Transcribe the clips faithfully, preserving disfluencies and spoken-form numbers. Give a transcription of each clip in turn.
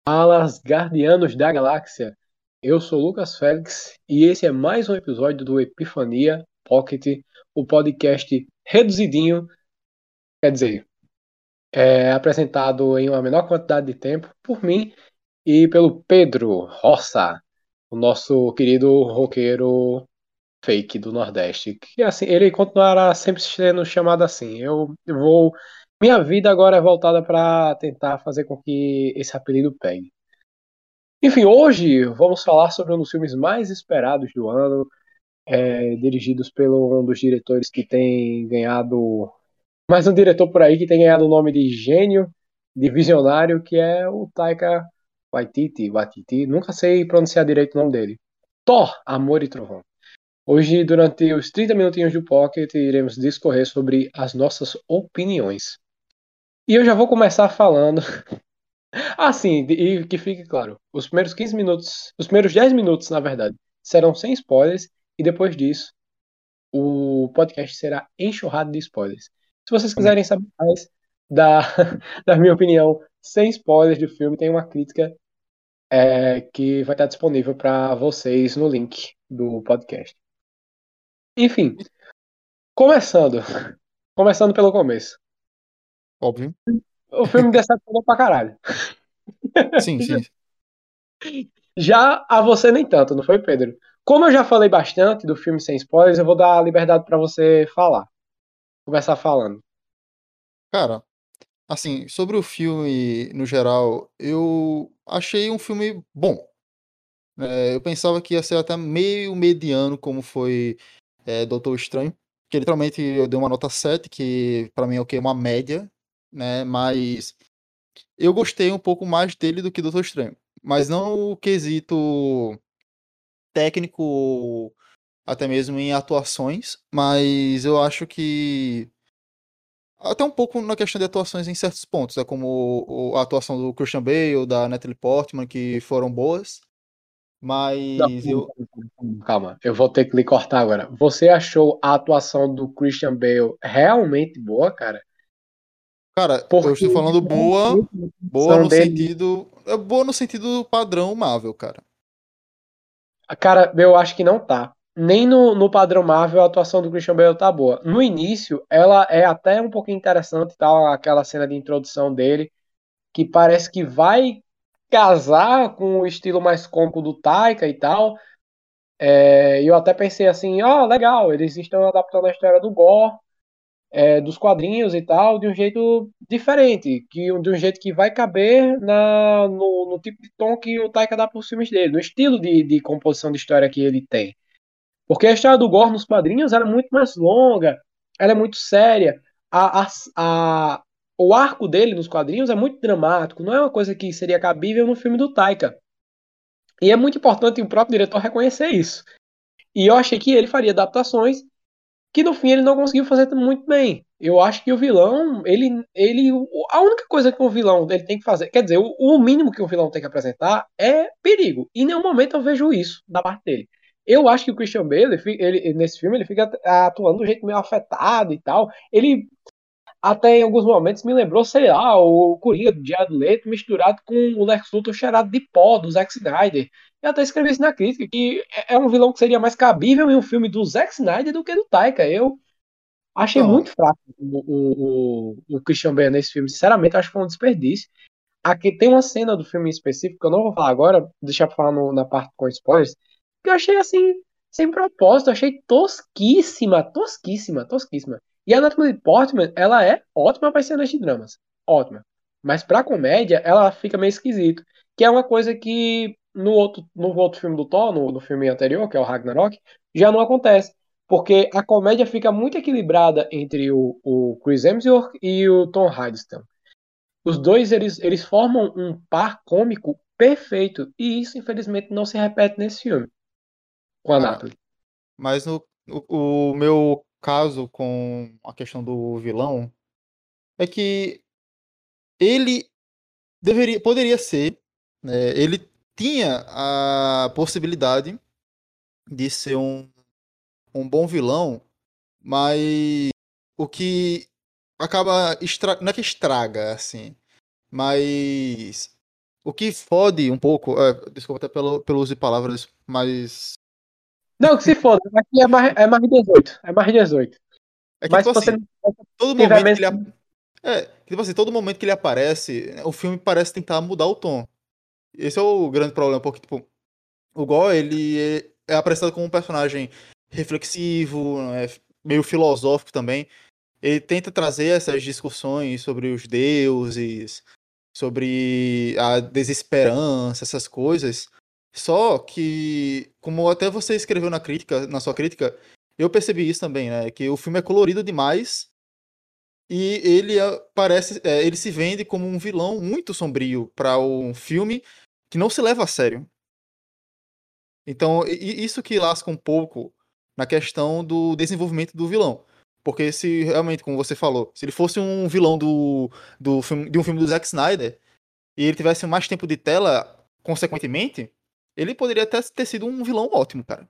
Fala, Guardianos da Galáxia. Eu sou Lucas Félix e esse é mais um episódio do Epifania Pocket, o podcast reduzidinho, quer dizer, é apresentado em uma menor quantidade de tempo por mim e pelo Pedro Roça, o nosso querido roqueiro fake do Nordeste. Que assim, ele continuará sempre sendo chamado assim. Eu vou. Minha vida agora é voltada para tentar fazer com que esse apelido pegue. Enfim, hoje vamos falar sobre um dos filmes mais esperados do ano, é, dirigidos pelo um dos diretores que tem ganhado, mais um diretor por aí que tem ganhado o nome de gênio, de visionário, que é o Taika Waititi, Waititi, nunca sei pronunciar direito o nome dele. Thor, Amor e Trovão. Hoje, durante os trinta minutinhos do Pocket, iremos discorrer sobre as nossas opiniões. E eu já vou começar falando. Ah, sim, e que fique claro, os primeiros quinze minutos, os primeiros dez minutos, na verdade, serão sem spoilers, e depois disso, o podcast será enxurrado de spoilers. Se vocês Também. quiserem saber mais da, da minha opinião, sem spoilers do filme, tem uma crítica é, que vai estar disponível para vocês no link do podcast. Enfim, começando, começando pelo começo. Óbvio. O filme decepcionou pra caralho. Sim, sim. Já a você nem tanto, não foi, Pedro? Como eu já falei bastante do filme sem spoilers, eu vou dar a liberdade para você falar. Começar falando. Cara, assim, sobre o filme no geral, eu achei um filme bom. É, eu pensava que ia ser até meio mediano, como foi é, Doutor Estranho, que literalmente eu dei uma nota sete, que pra mim é o quê? Uma média, né? Mas eu gostei um pouco mais dele do que Doutor Estranho. Mas não o quesito técnico, até mesmo em atuações, mas eu acho que até um pouco na questão de atuações em certos pontos, é como o- a atuação do Christian Bale, da Natalie Portman, que foram boas, Não, mas eu, calma, eu vou ter que lhe cortar agora. Você achou a atuação do Christian Bale realmente boa, cara? cara, eu Porque estou falando boa, realmente a boa atuação no dele. sentido, é boa no sentido padrão Marvel, cara. Cara, eu acho que não tá. Nem no, no padrão Marvel a atuação do Christian Bale tá boa. No início, ela é até um pouquinho interessante, tal, aquela cena de introdução dele, que parece que vai casar com o estilo mais cômico do Taika e tal. É, e eu até pensei assim, ó, legal, eles estão adaptando a história do Gore, é, dos quadrinhos e tal, de um jeito diferente, que, de um jeito que vai caber na, no, no tipo de tom que o Taika dá para os filmes dele, no estilo de, de composição de história que ele tem. Porque a história do Gore nos quadrinhos era muito mais longa, ela é muito séria. A, a, a, o arco dele nos quadrinhos é muito dramático, não é uma coisa que seria cabível no filme do Taika. E é muito importante o próprio diretor reconhecer isso. E eu achei que ele faria adaptações que no fim ele não conseguiu fazer muito bem. Eu acho que o vilão, ele, ele, a única coisa que um vilão ele tem que fazer, quer dizer, o, o mínimo que um vilão tem que apresentar é perigo. E em nenhum momento eu vejo isso da parte dele. Eu acho que o Christian Bale, ele, ele, nesse filme, ele fica atuando de um jeito meio afetado e tal. Ele até em alguns momentos me lembrou, sei lá, o Coringa do Jared Leto misturado com o Lex Luthor cheirado de pó do Zack Snyder. Eu até escrevi isso na crítica, que é é um vilão que seria mais cabível em um filme do Zack Snyder do que do Taika. Eu achei muito Então, fraco o, o, o Christian Bale nesse filme. Sinceramente, acho que foi um desperdício. Aqui tem uma cena do filme em específico, que eu não vou falar agora, deixar pra falar no- na parte com spoilers, que eu achei assim, sem propósito, achei tosquíssima, tosquíssima, tosquíssima. E a Natalie Portman, ela é ótima para cenas de dramas, ótima. Mas pra comédia, ela fica meio esquisito, que é uma coisa que no outro, no outro filme do Thor, no, no filme anterior, que é o Ragnarok, já não acontece. Porque a comédia fica muito equilibrada entre o, o Chris Hemsworth e o Tom Hiddleston. Os dois eles, eles formam um par cômico perfeito. E isso, infelizmente, não se repete nesse filme com a cara, Natalie. mas no, o, o meu caso com a questão do vilão é que ele deveria, poderia ser, né, ele tinha a possibilidade de ser um, um bom vilão, mas o que acaba estra... não é que estraga assim, mas O que fode um pouco, é, desculpa até pelo, pelo uso de palavras, mas Não, que se foda, aqui é mais, é mais dezoito. É mais dezoito. é que, Mas tipo se você assim, não todo tiver momento que menos. ele, ap- é, que, tipo assim, todo momento que ele aparece, o filme parece tentar mudar o tom. Esse é o grande problema, porque, tipo, o Gore, ele é, é apresentado como um personagem reflexivo, né, meio filosófico também. Ele tenta trazer essas discussões sobre os deuses, sobre a desesperança, essas coisas. Só que, como até você escreveu na crítica, na sua crítica, eu percebi isso também, né? Que o filme é colorido demais e ele é- parece, é, ele se vende como um vilão muito sombrio para um filme que não se leva a sério. Então, i- i- isso que lasca um pouco na questão do desenvolvimento do vilão. Porque se realmente, como você falou, se ele fosse um vilão do, do filme, de um filme do Zack Snyder e ele tivesse mais tempo de tela, consequentemente, ele poderia até ter sido um vilão ótimo, cara.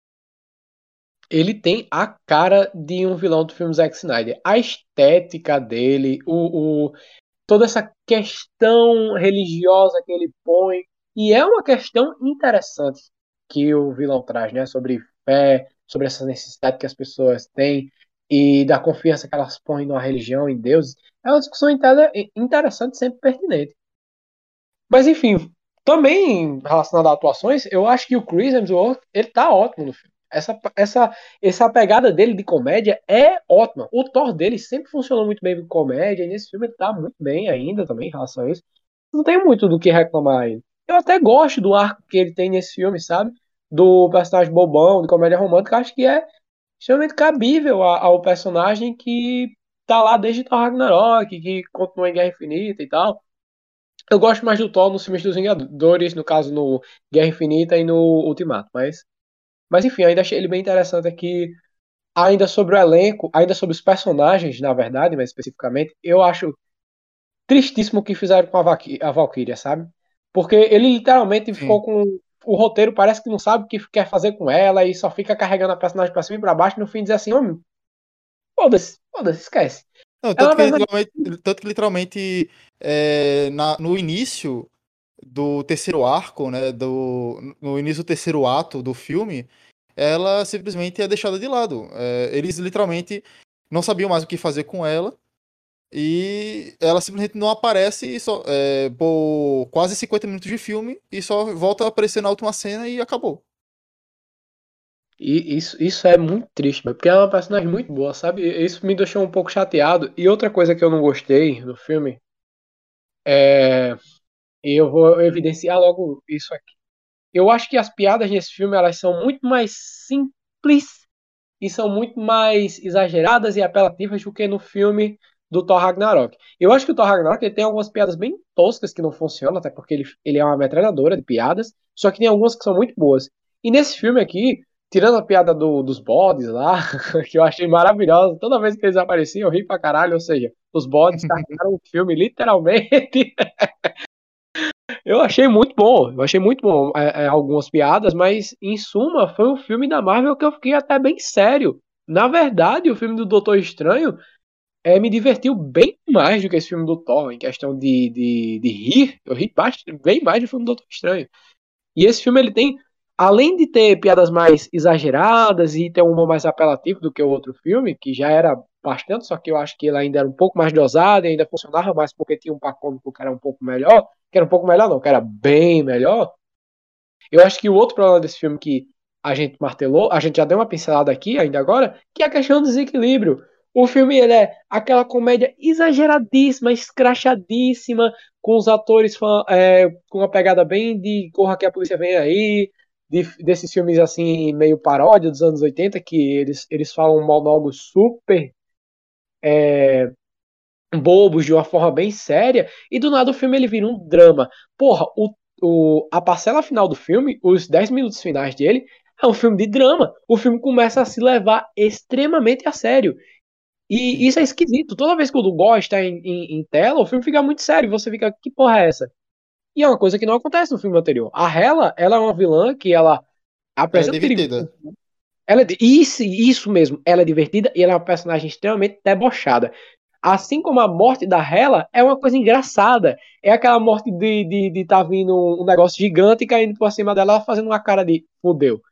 Ele tem a cara de um vilão do filme Zack Snyder. A estética dele, o, o, toda essa questão religiosa que ele põe. E é uma questão interessante que o vilão traz, né? Sobre fé, sobre essa necessidade que as pessoas têm e da confiança que elas põem na religião, em Deus. É uma discussão interessante, sempre pertinente. Mas enfim, também relacionado a atuações, eu acho que o Chris Hemsworth, ele tá ótimo no filme. Essa, essa, essa pegada dele de comédia é ótima. O Thor dele sempre funcionou muito bem com comédia, e nesse filme ele tá muito bem ainda também em relação a isso. Não tenho muito do que reclamar aí. Eu até gosto do arco que ele tem nesse filme, sabe? Do personagem bobão, de comédia romântica, acho que é extremamente cabível a- ao personagem que tá lá desde Thor Ragnarok, que continua em Guerra Infinita e tal. Eu gosto mais do Thor nos filmes dos Vingadores, no caso no Guerra Infinita e no Ultimato, mas, mas enfim, ainda achei ele bem interessante aqui. Ainda sobre o elenco, ainda sobre os personagens, na verdade, mais especificamente, eu acho tristíssimo o que fizeram com a, Valky- a Valkyria, sabe? Porque ele literalmente Sim. ficou com o roteiro, parece que não sabe o que quer fazer com ela e só fica carregando a personagem pra cima e pra baixo e no fim diz assim, homem, foda-se, foda-se, esquece. Não, Ela é tanto uma que personagem. literalmente, tanto que literalmente é, na, no início do terceiro arco, né, do, no início do terceiro ato do filme, ela simplesmente é deixada de lado. É, eles literalmente não sabiam mais o que fazer com ela e ela simplesmente não aparece e só, é, por quase cinquenta minutos de filme e só volta a aparecer na última cena e acabou. E isso, isso é muito triste, porque ela é uma personagem muito boa, sabe? Isso me deixou um pouco chateado. E outra coisa que eu não gostei no filme é. E eu vou evidenciar logo isso aqui. Eu acho que as piadas nesse filme elas são muito mais simples e são muito mais exageradas e apelativas do que no filme do Thor Ragnarok. Eu acho que o Thor Ragnarok ele tem algumas piadas bem toscas que não funcionam, até porque ele, ele é uma metralhadora de piadas, só que tem algumas que são muito boas. E nesse filme aqui, tirando a piada do, dos bodes lá, que eu achei maravilhosa, toda vez que eles apareciam eu ri pra caralho, ou seja, os bodes carregaram o filme literalmente. Eu achei muito bom, eu achei muito bom é, é, algumas piadas, mas em suma foi um filme da Marvel que eu fiquei até bem sério. Na verdade, o filme do Doutor Estranho é, me divertiu bem mais do que esse filme do Thor, em questão de, de, de rir. Eu ri bastante, bem mais do filme do Doutor Estranho. E esse filme ele tem, além de ter piadas mais exageradas e ter um humor mais apelativo do que o outro filme, que já era bastante, só que eu acho que ele ainda era um pouco mais dosado e ainda funcionava mais porque tinha um par cômico que era um pouco melhor, que era um pouco melhor não, que era bem melhor. Eu acho que o outro problema desse filme que a gente martelou, a gente já deu uma pincelada aqui ainda agora, que é a questão do desequilíbrio. O filme ele é aquela comédia exageradíssima, escrachadíssima, com os atores é, com uma pegada bem de Corra que a Polícia Vem Aí, de, desses filmes assim, meio paródia dos anos oitenta, que eles, eles falam monólogos super bobos de uma forma bem séria, e do nada o filme ele vira um drama. Porra, o, o, a parcela final do filme, os dez minutos finais dele, é um filme de drama. O filme começa a se levar extremamente a sério. E Sim. isso é esquisito. Toda vez que o Dugó está em, em, em tela, o filme fica muito sério. Você fica, que porra é essa? E é uma coisa que não acontece no filme anterior. A Hela, ela é uma vilã que ela Ela é apresenta perigo. divertida. Ela é, isso, isso mesmo, ela é divertida e ela é uma personagem extremamente debochada. Assim como a morte da Hela é uma coisa engraçada. É aquela morte de de, de tá vindo um negócio gigante caindo por cima dela, fazendo uma cara de fudeu.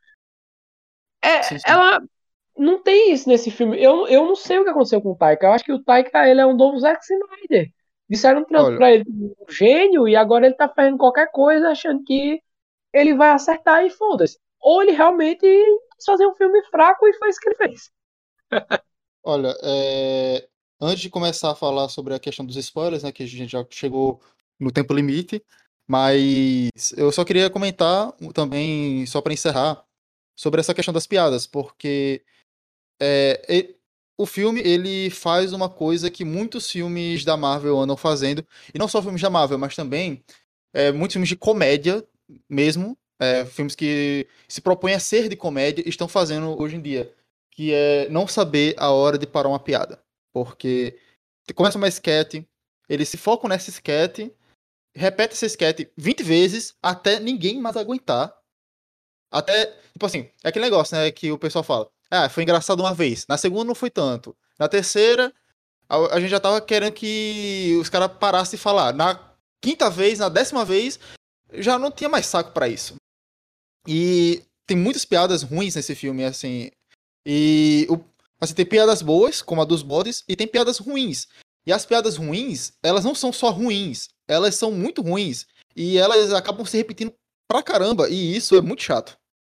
Sim, É, sim. ela não tem isso nesse filme. Eu, eu não sei o que aconteceu com o Taika. Eu acho que o Taika ele é um novo Zack Snyder. Disseram pra Olha, pra ele um gênio e agora ele tá fazendo qualquer coisa achando que ele vai acertar e foda-se. Ou ele realmente quis fazer um filme fraco e foi isso que ele fez. olha, é, antes de começar a falar sobre a questão dos spoilers, né, que a gente já chegou no tempo limite, mas eu só queria comentar também, só para encerrar, sobre essa questão das piadas, porque é, e- o filme ele faz uma coisa que muitos filmes da Marvel andam fazendo, e não só filmes da Marvel, mas também é, muitos filmes de comédia mesmo, é, filmes que se propõem a ser de comédia, estão fazendo hoje em dia, que é não saber a hora de parar uma piada. Porque começa uma sketch, eles se focam nessa sketch, repete essa sketch vinte vezes até ninguém mais aguentar. Até, tipo assim, é aquele negócio, né, que o pessoal fala, ah, foi engraçado uma vez, na segunda não foi tanto, na terceira a, a gente já tava querendo que os caras parassem de falar, na quinta vez, na décima vez, já não tinha mais saco pra isso. E tem muitas piadas ruins nesse filme, assim. E o, assim, tem piadas boas, como a dos bodes, e tem piadas ruins. E as piadas ruins, elas não são só ruins, elas são muito ruins. E elas acabam se repetindo pra caramba, e isso é muito chato.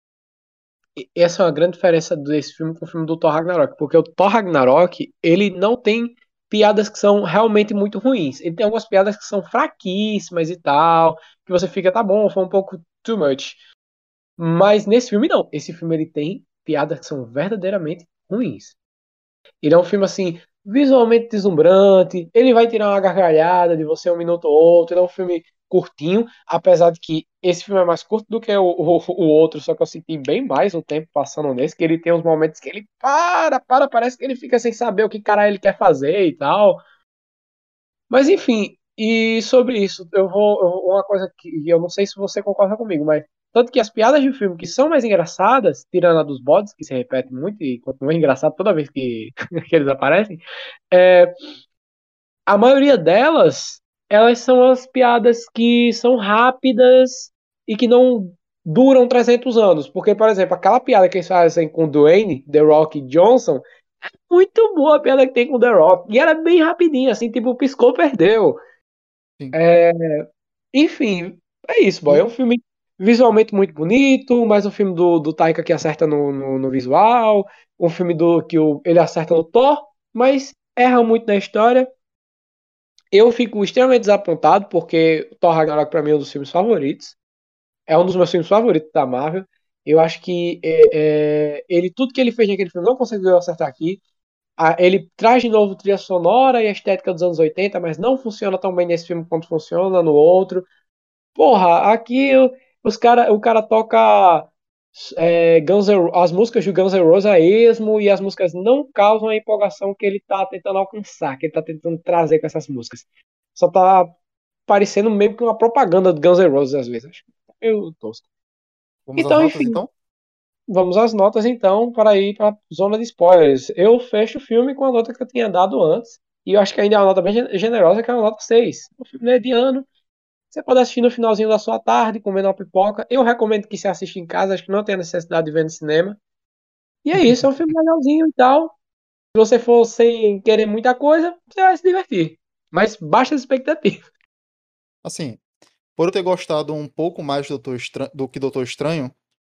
E essa é uma grande diferença desse filme com o filme do Thor Ragnarok, porque o Thor Ragnarok, ele não tem piadas que são realmente muito ruins. Ele tem algumas piadas que são fraquíssimas e tal, que você fica, tá bom, foi um pouco too much. Mas nesse filme não. Esse filme ele tem piadas que são verdadeiramente ruins. Ele é um filme assim, visualmente deslumbrante. Ele vai tirar uma gargalhada de você um minuto ou outro. Ele é um filme curtinho, apesar de que esse filme é mais curto do que o, o, o outro, só que eu senti bem mais o tempo passando nesse, que ele tem uns momentos que ele para, para, parece que ele fica sem saber o que caralho ele quer fazer e tal. Mas enfim, e sobre isso, eu vou, eu vou- uma coisa que eu não sei se você concorda comigo, mas tanto que as piadas de filme que são mais engraçadas, tirando a dos bots, que se repete muito e continua engraçado toda vez que, que eles aparecem, é, a maioria delas, elas são as piadas que são rápidas e que não duram trezentos anos. Porque, por exemplo, aquela piada que eles fazem com o Dwayne, The Rock Johnson, muito boa a piada que tem com o The Rock. E ela é bem rapidinha, assim, tipo, piscou, perdeu. Sim. Enfim, é isso, boy. É um Um, filme visualmente muito bonito, mais um filme do, do Taika que acerta no, no, no visual, um filme do que o, ele acerta no Thor, mas erra muito na história. Eu fico extremamente desapontado, porque Thor Ragnarok pra mim é um dos filmes favoritos. É um dos meus filmes favoritos da Marvel. Eu acho que é, é, ele tudo que ele fez naquele filme não conseguiu acertar aqui. A- ele traz de novo trilha sonora e a estética dos anos oitenta, mas não funciona tão bem nesse filme quanto funciona no outro. Porra, aqui o- os cara, o cara toca é, Guns N' Ro- as músicas de Guns N' Roses a esmo e as músicas não causam a empolgação que ele tá tentando alcançar, que ele tá tentando trazer com essas músicas. Só tá parecendo meio que uma propaganda do Guns N' Roses às vezes. Acho meio tosco. vamos às Então, notas, enfim, então? vamos às notas então para ir para zona de spoilers. Eu fecho o filme com a nota que eu tinha dado antes. E eu acho que ainda é uma nota bem gen- generosa, que é uma nota seis. O filme é mediano. Você pode assistir no finalzinho da sua tarde, comendo uma pipoca. Eu recomendo que você assista em casa, acho que não tem a necessidade de ver no cinema. E é isso, é um filme legalzinho e tal. Se você for sem querer muita coisa, você vai se divertir. Mas baixa as expectativas. Assim, por eu ter gostado um pouco mais do, Doutor Estran- do que Doutor Estranho,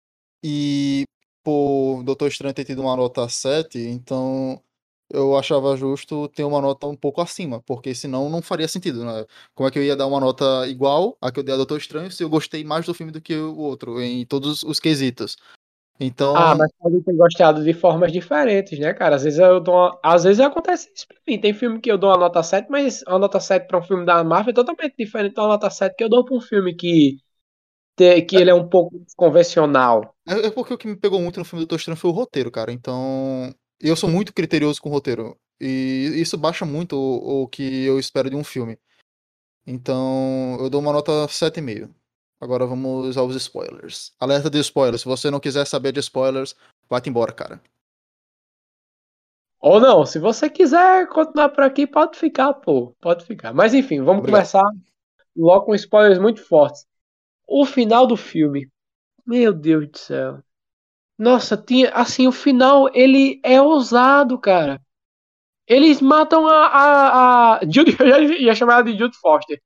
e por Doutor Estranho ter tido uma nota sete, então eu achava justo ter uma nota um pouco acima, porque senão não faria sentido, né? Como é que eu ia dar uma nota igual à que eu dei a Doutor Estranho se eu gostei mais do filme do que o outro, em todos os quesitos? Ah, Então, mas pode ter gostado de formas diferentes, né, cara? Às vezes eu dou uma... Às vezes acontece isso pra mim. Tem filme que eu dou uma nota sete, mas a nota sete pra um filme da Marvel é totalmente diferente da nota sete que eu dou pra um filme que, te- que ele é um pouco convencional. é, é porque o que me pegou muito no filme do Doutor Estranho foi o roteiro, cara. Então, eu sou muito criterioso com o roteiro. E isso baixa muito o, o que eu espero de um filme. Então, eu dou uma nota sete vírgula cinco. Agora vamos aos spoilers. Alerta de spoilers. Se você não quiser saber de spoilers, vai-te embora, cara. Ou não, se você quiser continuar por aqui, pode ficar, pô. Pode ficar. Mas enfim, vamos Obrigado. começar logo com spoilers muito fortes. O final do filme. Meu Deus do céu. Nossa, tinha. Assim, o final, ele é ousado, cara. Eles matam a. a, a Judy, eu já ia chamar ela de Judy Foster.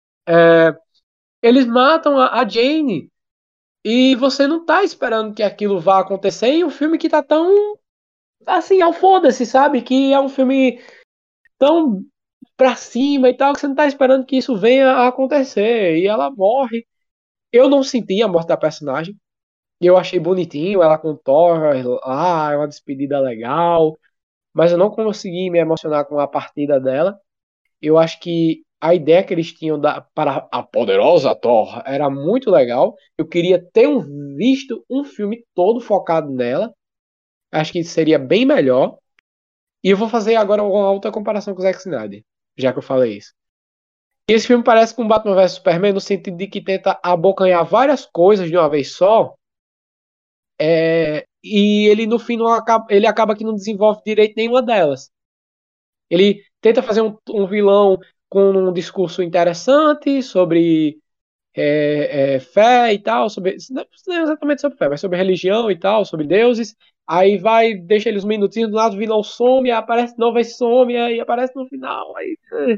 Eles matam a, a Jane. E você não tá esperando que aquilo vá acontecer em um filme que tá tão. Assim, ao foda-se, sabe? Que é um filme tão pra cima e tal, que você não tá esperando que isso venha a acontecer. E ela morre. Eu não senti a morte da personagem. Eu achei bonitinho ela com o Thor lá, é uma despedida legal. Mas eu não consegui me emocionar com a partida dela. Eu acho que a ideia que eles tinham da, para a poderosa Thor era muito legal. Eu queria ter um, visto um filme todo focado nela. Acho que seria bem melhor. E eu vou fazer agora uma outra comparação com o Zack Snyder, já que eu falei isso. Esse filme parece com Batman vs Superman no sentido de que tenta abocanhar várias coisas de uma vez só. É, e ele no fim não acaba, ele acaba que não desenvolve direito nenhuma delas. Ele tenta fazer um, um vilão com um discurso interessante sobre é, é, fé e tal, sobre, não é exatamente sobre fé, mas sobre religião e tal, sobre deuses. Aí vai, deixa eles um minutinho do lado, o vilão some, aí aparece de novo, aí some, aí aparece no final. Aí, é.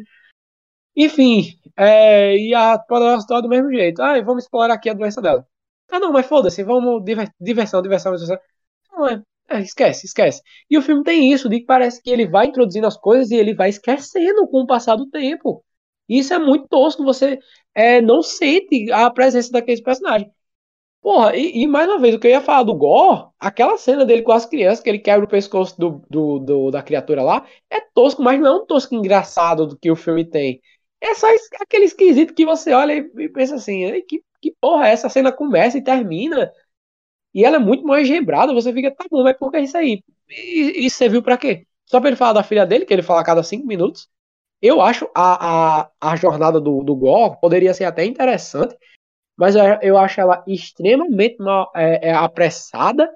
Enfim, é, e a poderosa história do mesmo jeito. Ah, vamos explorar aqui a doença dela. Ah, não, mas foda-se, vamos, diver- diversão, diversão, diversão. Não, é, é, esquece, esquece. E o filme tem isso, de que parece que ele vai introduzindo as coisas e ele vai esquecendo com o passar do tempo. Isso é muito tosco, você é, não sente a presença daqueles personagens. Porra, e, e mais uma vez, o que eu ia falar do Gore, aquela cena dele com as crianças, que ele quebra o pescoço do, do, do- da criatura lá, é tosco, mas não é um tosco engraçado do que o filme tem. É só es- aquele esquisito que você olha e, e pensa assim, "Ei, que, que porra é essa? A cena começa e termina. E ela é muito mal engembrada, você fica, tá bom, mas por que isso aí? E isso serviu pra quê? Só pra ele falar da filha dele, que ele fala a cada cinco minutos. Eu acho a, a, a jornada do, do Gore poderia ser até interessante, mas eu, eu acho ela extremamente mal, é, é, apressada,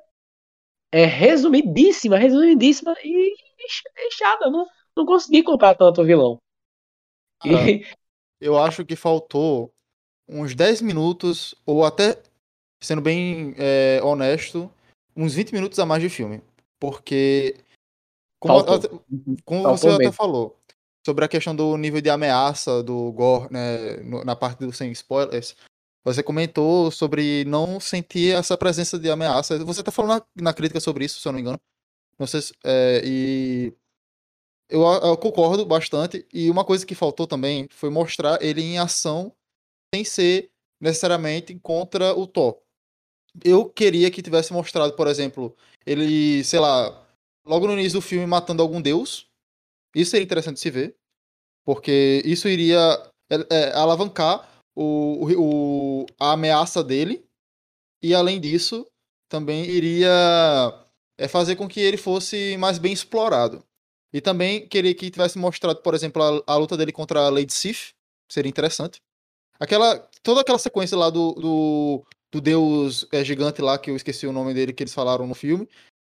é resumidíssima, resumidíssima e fechada. Eu não, não consegui comprar tanto o vilão. Cara, E eu acho que faltou uns dez minutos, ou até, sendo bem é, honesto, uns vinte minutos a mais de filme. Porque, como, a- faltou. como você Faltou até mesmo. falou, sobre a questão do nível de ameaça do Gore, né, no- na parte do sem spoilers, você comentou sobre não sentir essa presença de ameaça. Você tá falando na, na crítica sobre isso, se eu não me engano. Não sei se, é, e eu, eu concordo bastante. E uma coisa que faltou também foi mostrar ele em ação sem ser necessariamente contra o Thor. Eu queria que tivesse mostrado, por exemplo, ele, sei lá, logo no início do filme matando algum deus. Isso seria interessante de se ver, porque isso iria é, é, alavancar o, o, a ameaça dele. E além disso, também iria é, fazer com que ele fosse mais bem explorado. E também queria que tivesse mostrado, por exemplo, a, a luta dele contra a Lady Sif. Seria interessante. Aquela, toda aquela sequência lá do, do, do deus é, gigante lá, que eu esqueci o nome dele, que eles falaram no filme.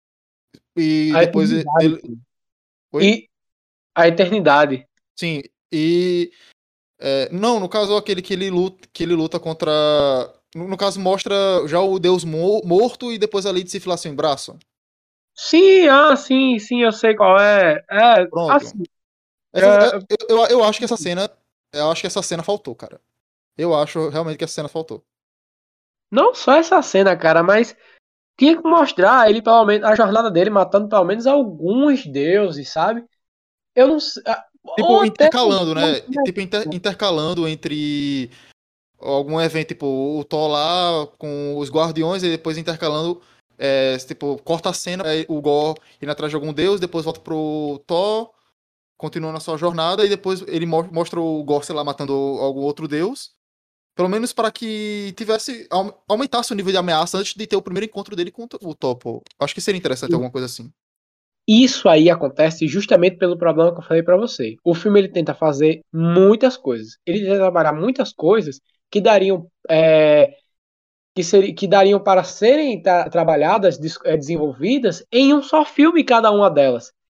E A depois eternidade. dele. Oi? E a eternidade. Sim. E. É, não, no caso, aquele que ele luta, que ele luta contra. No, no caso, mostra já o deus mo- morto e depois ali de se filar sem braço. Sim, ah, sim, sim, eu sei qual é. É, Pronto. assim, Essa, é- é, eu, eu, eu acho que essa cena. Eu acho que essa cena faltou, cara. Eu acho realmente que essa cena faltou. não só essa cena, cara, mas tinha que mostrar ele, pelo menos, a jornada dele matando pelo menos alguns deuses, sabe? Eu não sei. ah, Ou Tipo, até. intercalando, né? Tipo, inter- intercalando entre algum evento, tipo, o Thor lá com os Guardiões e depois intercalando, é, tipo, corta a cena, aí o Gore indo atrás de algum deus, depois volta pro Thor, continuando a sua jornada, e depois ele mo- mostra o Gore, sei lá, matando algum outro deus. Pelo menos para que tivesse, au- aumentasse o nível de ameaça antes de ter o primeiro encontro dele com o Thor, pô. Acho que seria interessante alguma coisa assim. Isso aí acontece justamente pelo problema que eu falei pra você. O filme ele tenta fazer muitas coisas. Ele tenta trabalhar muitas coisas que dariam é, que, seri, que dariam para serem tra trabalhadas, des é, desenvolvidas em um só filme cada uma delas.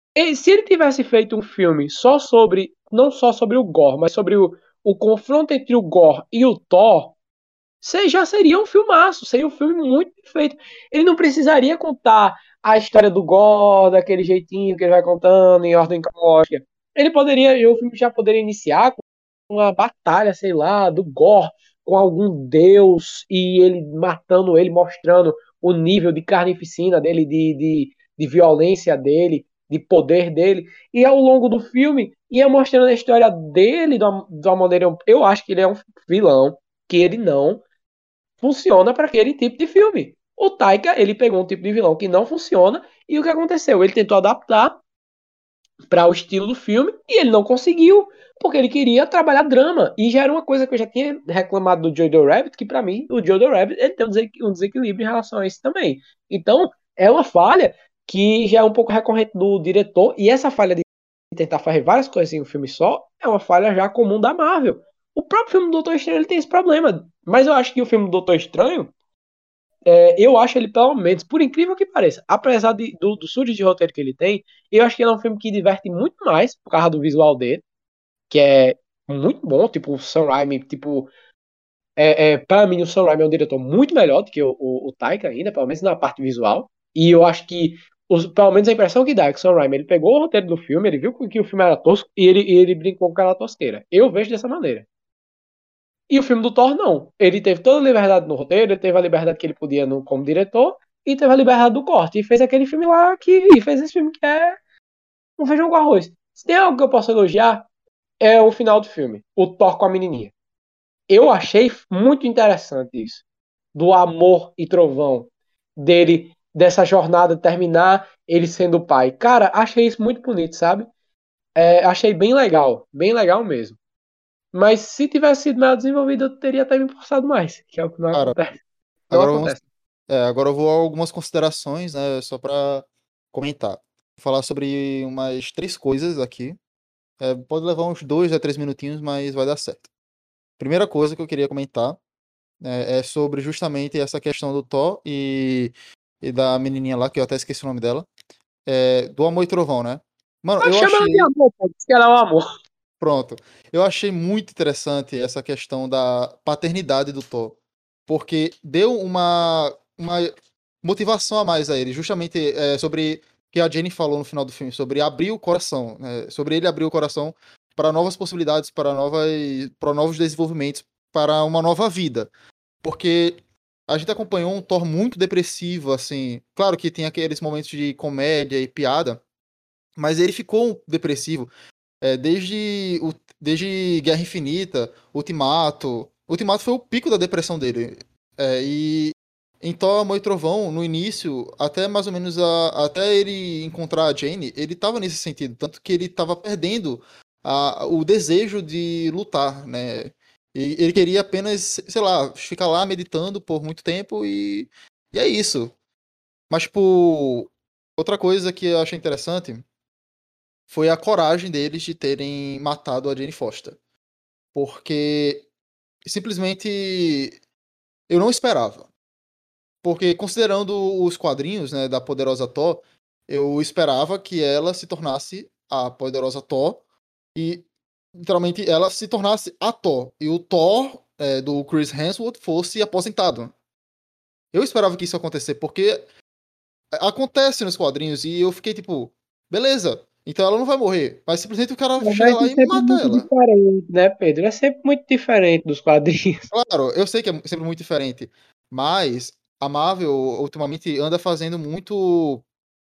E se ele tivesse feito um filme só sobre, não só sobre o Gore, mas sobre o, o confronto entre o Gore e o Thor, você já seria um filmaço, seria um filme muito perfeito. Ele não precisaria contar a história do Gore daquele jeitinho que ele vai contando em ordem cronológica. Ele poderia, o filme já poderia iniciar com uma batalha, sei lá, do Gore com algum deus e ele matando ele, mostrando o nível de carnificina dele, de, de, de violência dele, de poder dele. E ao longo do filme ia mostrando a história dele de uma, de uma maneira. Eu acho que ele é um vilão, que ele não funciona para aquele tipo de filme. O Taika, ele pegou um tipo de vilão que não funciona e o que aconteceu? Ele tentou adaptar para o estilo do filme e ele não conseguiu, porque ele queria trabalhar drama. E já era uma coisa que eu já tinha reclamado do Jojo Rabbit, que para mim o Jojo Rabbit ele tem um desequilíbrio em relação a isso também. Então, é uma falha que já é um pouco recorrente do diretor e essa falha de tentar fazer várias coisas em um filme só é uma falha já comum da Marvel. O próprio filme do Doutor Estranho ele tem esse problema, mas eu acho que o filme do Doutor Estranho é, eu acho ele, pelo menos, por incrível que pareça, apesar de, do, do surge de roteiro que ele tem, eu acho que ele é um filme que diverte muito mais por causa do visual dele, que é muito bom, tipo, o Sam Raimi, tipo, é, é, pra mim o Sam Raimi é um diretor muito melhor do que o, o, o Taika ainda, pelo menos na parte visual, e eu acho que, os, pelo menos a impressão que dá é que o Sam Raimi, ele pegou o roteiro do filme, ele viu que o filme era tosco, e ele, e ele brincou com aquela tosqueira. Eu vejo dessa maneira. E o filme do Thor, não. Ele teve toda a liberdade no roteiro, ele teve a liberdade que ele podia no, como diretor, e teve a liberdade do corte. E fez aquele filme lá que. E fez esse filme que é um feijão com arroz. Se tem algo que eu posso elogiar, é o final do filme. O Thor com a menininha. Eu achei muito interessante isso. Do amor e trovão. Dele, dessa jornada terminar, ele sendo o pai. Cara, achei isso muito bonito, sabe? É, achei bem legal. Bem legal mesmo. Mas se tivesse sido melhor desenvolvido, eu teria até me forçado mais, que é o que não Cara, acontece. Não agora vamos, acontece. é, agora eu vou a algumas considerações, né, só para comentar. Vou falar sobre umas três coisas aqui. É, pode levar uns dois a três minutinhos, mas vai dar certo. Primeira coisa que eu queria comentar é, é sobre justamente essa questão do Thor e, e da menininha lá, que eu até esqueci o nome dela, é, do Amor e Trovão, né? Mano, Ah, eu chama ela de achei. amor, pô. Diz que ela é o amor. Pronto. Eu achei muito interessante essa questão da paternidade do Thor, porque deu uma, uma motivação a mais a ele, justamente é, sobre o que a Jenny falou no final do filme, sobre abrir o coração, né, sobre ele abrir o coração para novas possibilidades, para novas, para novos desenvolvimentos, para uma nova vida. Porque a gente acompanhou um Thor muito depressivo, assim. Claro que tem aqueles momentos de comédia e piada, mas ele ficou depressivo. É, desde, o, desde Guerra Infinita, Ultimato. Ultimato foi o pico da depressão dele. É, e em Thor, Amor e Trovão, no início, até mais ou menos a, até ele encontrar a Jane, ele tava nesse sentido. Tanto que ele tava perdendo a, o desejo de lutar, né? E ele queria apenas, sei lá, ficar lá meditando por muito tempo e, e é isso. Mas, tipo, outra coisa que eu achei interessante foi a coragem deles de terem matado a Jane Foster. Porque simplesmente eu não esperava. Porque considerando os quadrinhos, né, da Poderosa Thor, eu esperava que ela se tornasse a Poderosa Thor e literalmente ela se tornasse a Thor e o Thor é, do Chris Hemsworth fosse aposentado. Eu esperava que isso acontecesse porque acontece nos quadrinhos e eu fiquei tipo, beleza, então ela não vai morrer, mas simplesmente o cara chega Mas lá é e sempre mata muito ela. diferente, né, Pedro? É sempre muito diferente dos quadrinhos. Claro, eu sei que é sempre muito diferente, mas a Marvel ultimamente anda fazendo muito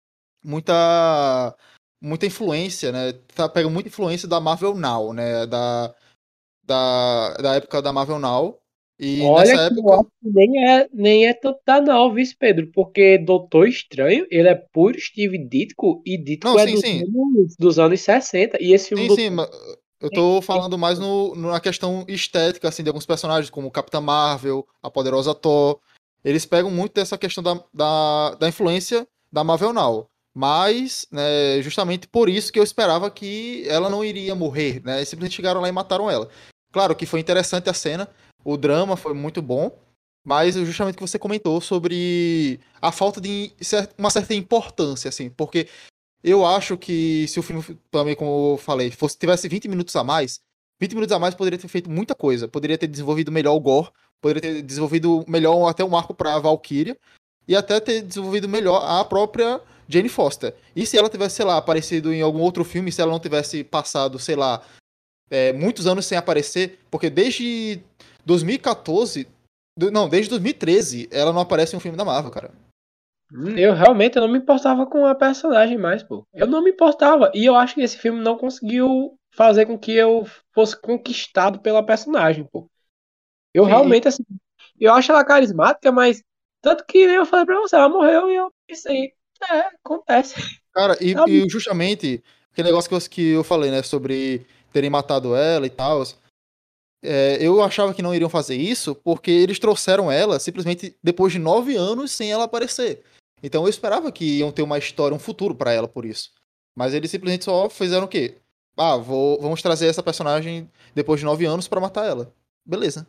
muita muita influência, né? Tá, pega muita influência da Marvel Now, né? Da, da, da época da Marvel Now. E Olha nessa que eu época, acho que nem é, nem é tanto da não, vice Pedro, porque Doutor Estranho, ele é puro Steve Ditko, e não, Ditko é sim, dos sim, anos, dos anos sessenta, e esse filme sim, do sim, ma- eu tô falando mais no, no- na questão estética, assim, de alguns personagens, como Capitã Marvel, a Poderosa Thor. Eles pegam muito dessa questão da, da, da influência da Marvel Now. Mas, né, justamente por isso que eu esperava que ela não iria morrer, né? Eles simplesmente chegaram lá e mataram ela. Claro que foi interessante a cena, o drama foi muito bom, mas justamente o que você comentou sobre a falta de cer- uma certa importância, assim, porque Eu acho que se o filme, também, como eu falei, fosse, tivesse vinte minutos a mais, vinte minutos a mais poderia ter feito muita coisa. Poderia ter desenvolvido melhor o Gore, poderia ter desenvolvido melhor até um arco pra Valkyria, e até ter desenvolvido melhor a própria Jane Foster. E se ela tivesse, sei lá, aparecido em algum outro filme, se ela não tivesse passado, sei lá, é, muitos anos sem aparecer, porque desde dois mil e quatorze, do- não, desde dois mil e treze, ela não aparece em um filme da Marvel, cara. Eu realmente eu não me importava com a personagem mais, pô. Eu não me importava. E eu acho que esse filme não conseguiu fazer com que eu fosse conquistado pela personagem, pô. Eu Sim, e, realmente, assim, eu acho ela carismática, mas tanto que eu falei pra você, ela morreu e eu pensei, é, acontece. cara, e, Tá bom. e justamente aquele negócio que eu, que eu falei, né, sobre terem matado ela e tal, é, eu achava que não iriam fazer isso porque eles trouxeram ela simplesmente depois de nove anos sem ela aparecer. Então eu esperava que iam ter uma história, um futuro pra ela por isso. Mas eles simplesmente só fizeram o quê? Ah, vou, vamos trazer essa personagem depois de nove anos pra matar ela. Beleza.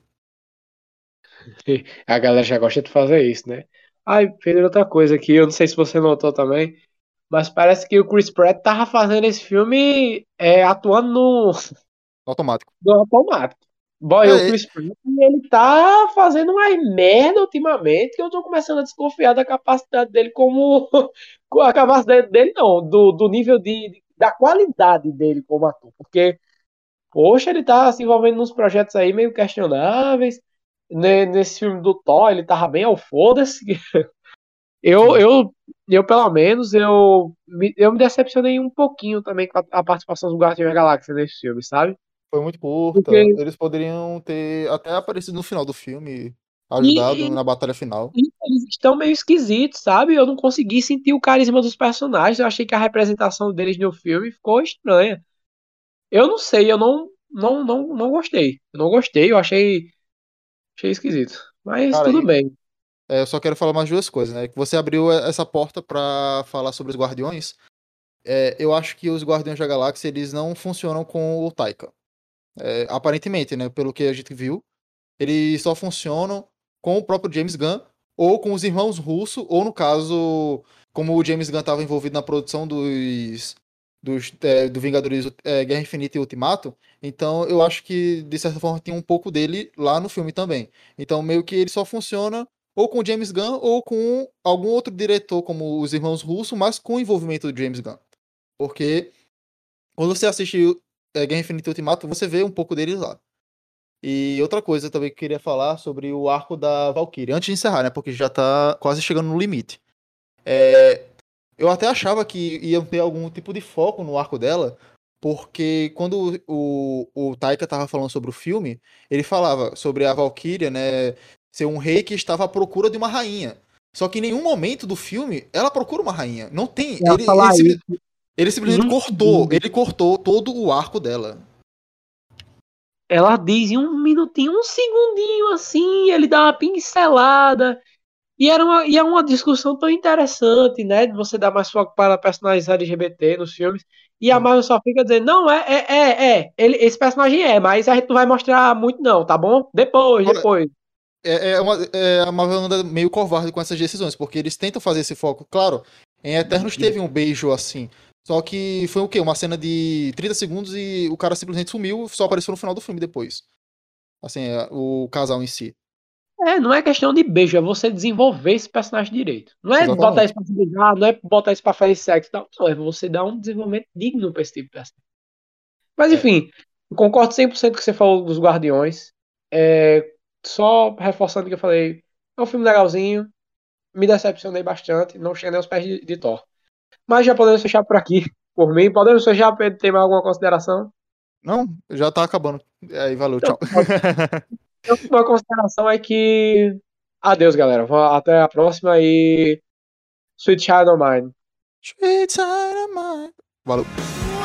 A galera já gosta de fazer isso, né? Ai, Pedro, outra coisa aqui, eu não sei se você notou também, mas parece que o Chris Pratt tava fazendo esse filme é, atuando no, Automático. no automático. Boy, o É, Chris Pratt, ele tá fazendo umas merda ultimamente que eu tô começando a desconfiar da capacidade dele como... com a capacidade dele não, do, do nível de... da qualidade dele como ator, porque, poxa, ele tá se envolvendo nos projetos aí meio questionáveis, né, nesse filme do Thor, ele tava bem ao foda-se. Eu, sim. eu, eu, pelo menos, eu me, eu me decepcionei um pouquinho também com a, a participação do Guardiões da Galáxia nesse filme, sabe? Foi muito curta. Porque Eles poderiam ter até aparecido no final do filme, ajudado e, na batalha final. e eles estão meio esquisitos, sabe? Eu não consegui sentir o carisma dos personagens. Eu achei que a representação deles no filme ficou estranha. Eu não sei, eu não, não, não, não gostei. Eu não gostei, eu achei, achei esquisito. Mas Cara, tudo e, bem. é, eu só quero falar mais duas coisas, né? Que você abriu essa porta pra falar sobre os Guardiões. É, eu acho que os Guardiões da Galáxia eles não funcionam com o Taika. É, aparentemente, né? Pelo que a gente viu, eles só funcionam com o próprio James Gunn ou com os irmãos Russo, ou no caso, como o James Gunn estava envolvido na produção dos, dos é, do Vingadores é, Guerra Infinita e Ultimato, então eu acho que de certa forma tem um pouco dele lá no filme também. Então meio que ele só funciona ou com o James Gunn ou com algum outro diretor como os irmãos Russo, mas com o envolvimento do James Gunn. Porque quando você assiste é, Guerra Infinita e Ultimato, você vê um pouco deles lá. E outra coisa também que eu queria falar sobre o arco da Valkyrie, antes de encerrar, né? Porque já tá quase chegando no limite. É, eu até achava que ia ter algum tipo de foco no arco dela, porque quando o, o, o Taika tava falando sobre o filme, ele falava sobre a Valkyria, né? Ser um rei que estava à procura de uma rainha. Só que em nenhum momento do filme ela procura uma rainha. Não tem. Eu ia Ele, ele, falar simplesmente, isso ele em simplesmente um cortou. segundo. Ele cortou todo o arco dela. Ela diz em um minutinho, um segundinho assim, ele dá uma pincelada. E, era uma, e é uma discussão tão interessante, né? De você dar mais foco para personagens L G B T nos filmes. E a Sim. Marvel só fica dizendo, não, é, é, é, é. Ele, esse personagem é, mas a gente não vai mostrar muito, não, tá bom? Depois, depois. É, é, uma, é a Marvel anda meio covarde com essas decisões, porque eles tentam fazer esse foco. Claro, em Eternos teve um beijo assim. Só que foi o quê? Uma cena de trinta segundos e o cara simplesmente sumiu, só apareceu no final do filme depois. Assim, é, o casal em si. É, não é questão de beijo, é você desenvolver esse personagem direito. Não é botar isso Exatamente. pra se beijar, não é botar isso pra fazer sexo e tal. Não, é você dar um desenvolvimento digno pra esse tipo de personagem. Mas É. enfim, eu concordo cem por cento com o que você falou dos Guardiões. É, só reforçando o que eu falei, é um filme legalzinho, me decepcionei bastante, não chega nem aos pés de, de Thor. Mas já podemos fechar por aqui, por mim. Podemos fechar, Pedro, tem mais alguma consideração? Não, já tá acabando. Aí, valeu, Então, tchau. pronto. A última consideração é que. Adeus, galera. Até a próxima e. Sweet Child O' Mine. Sweet side of mine. Valeu.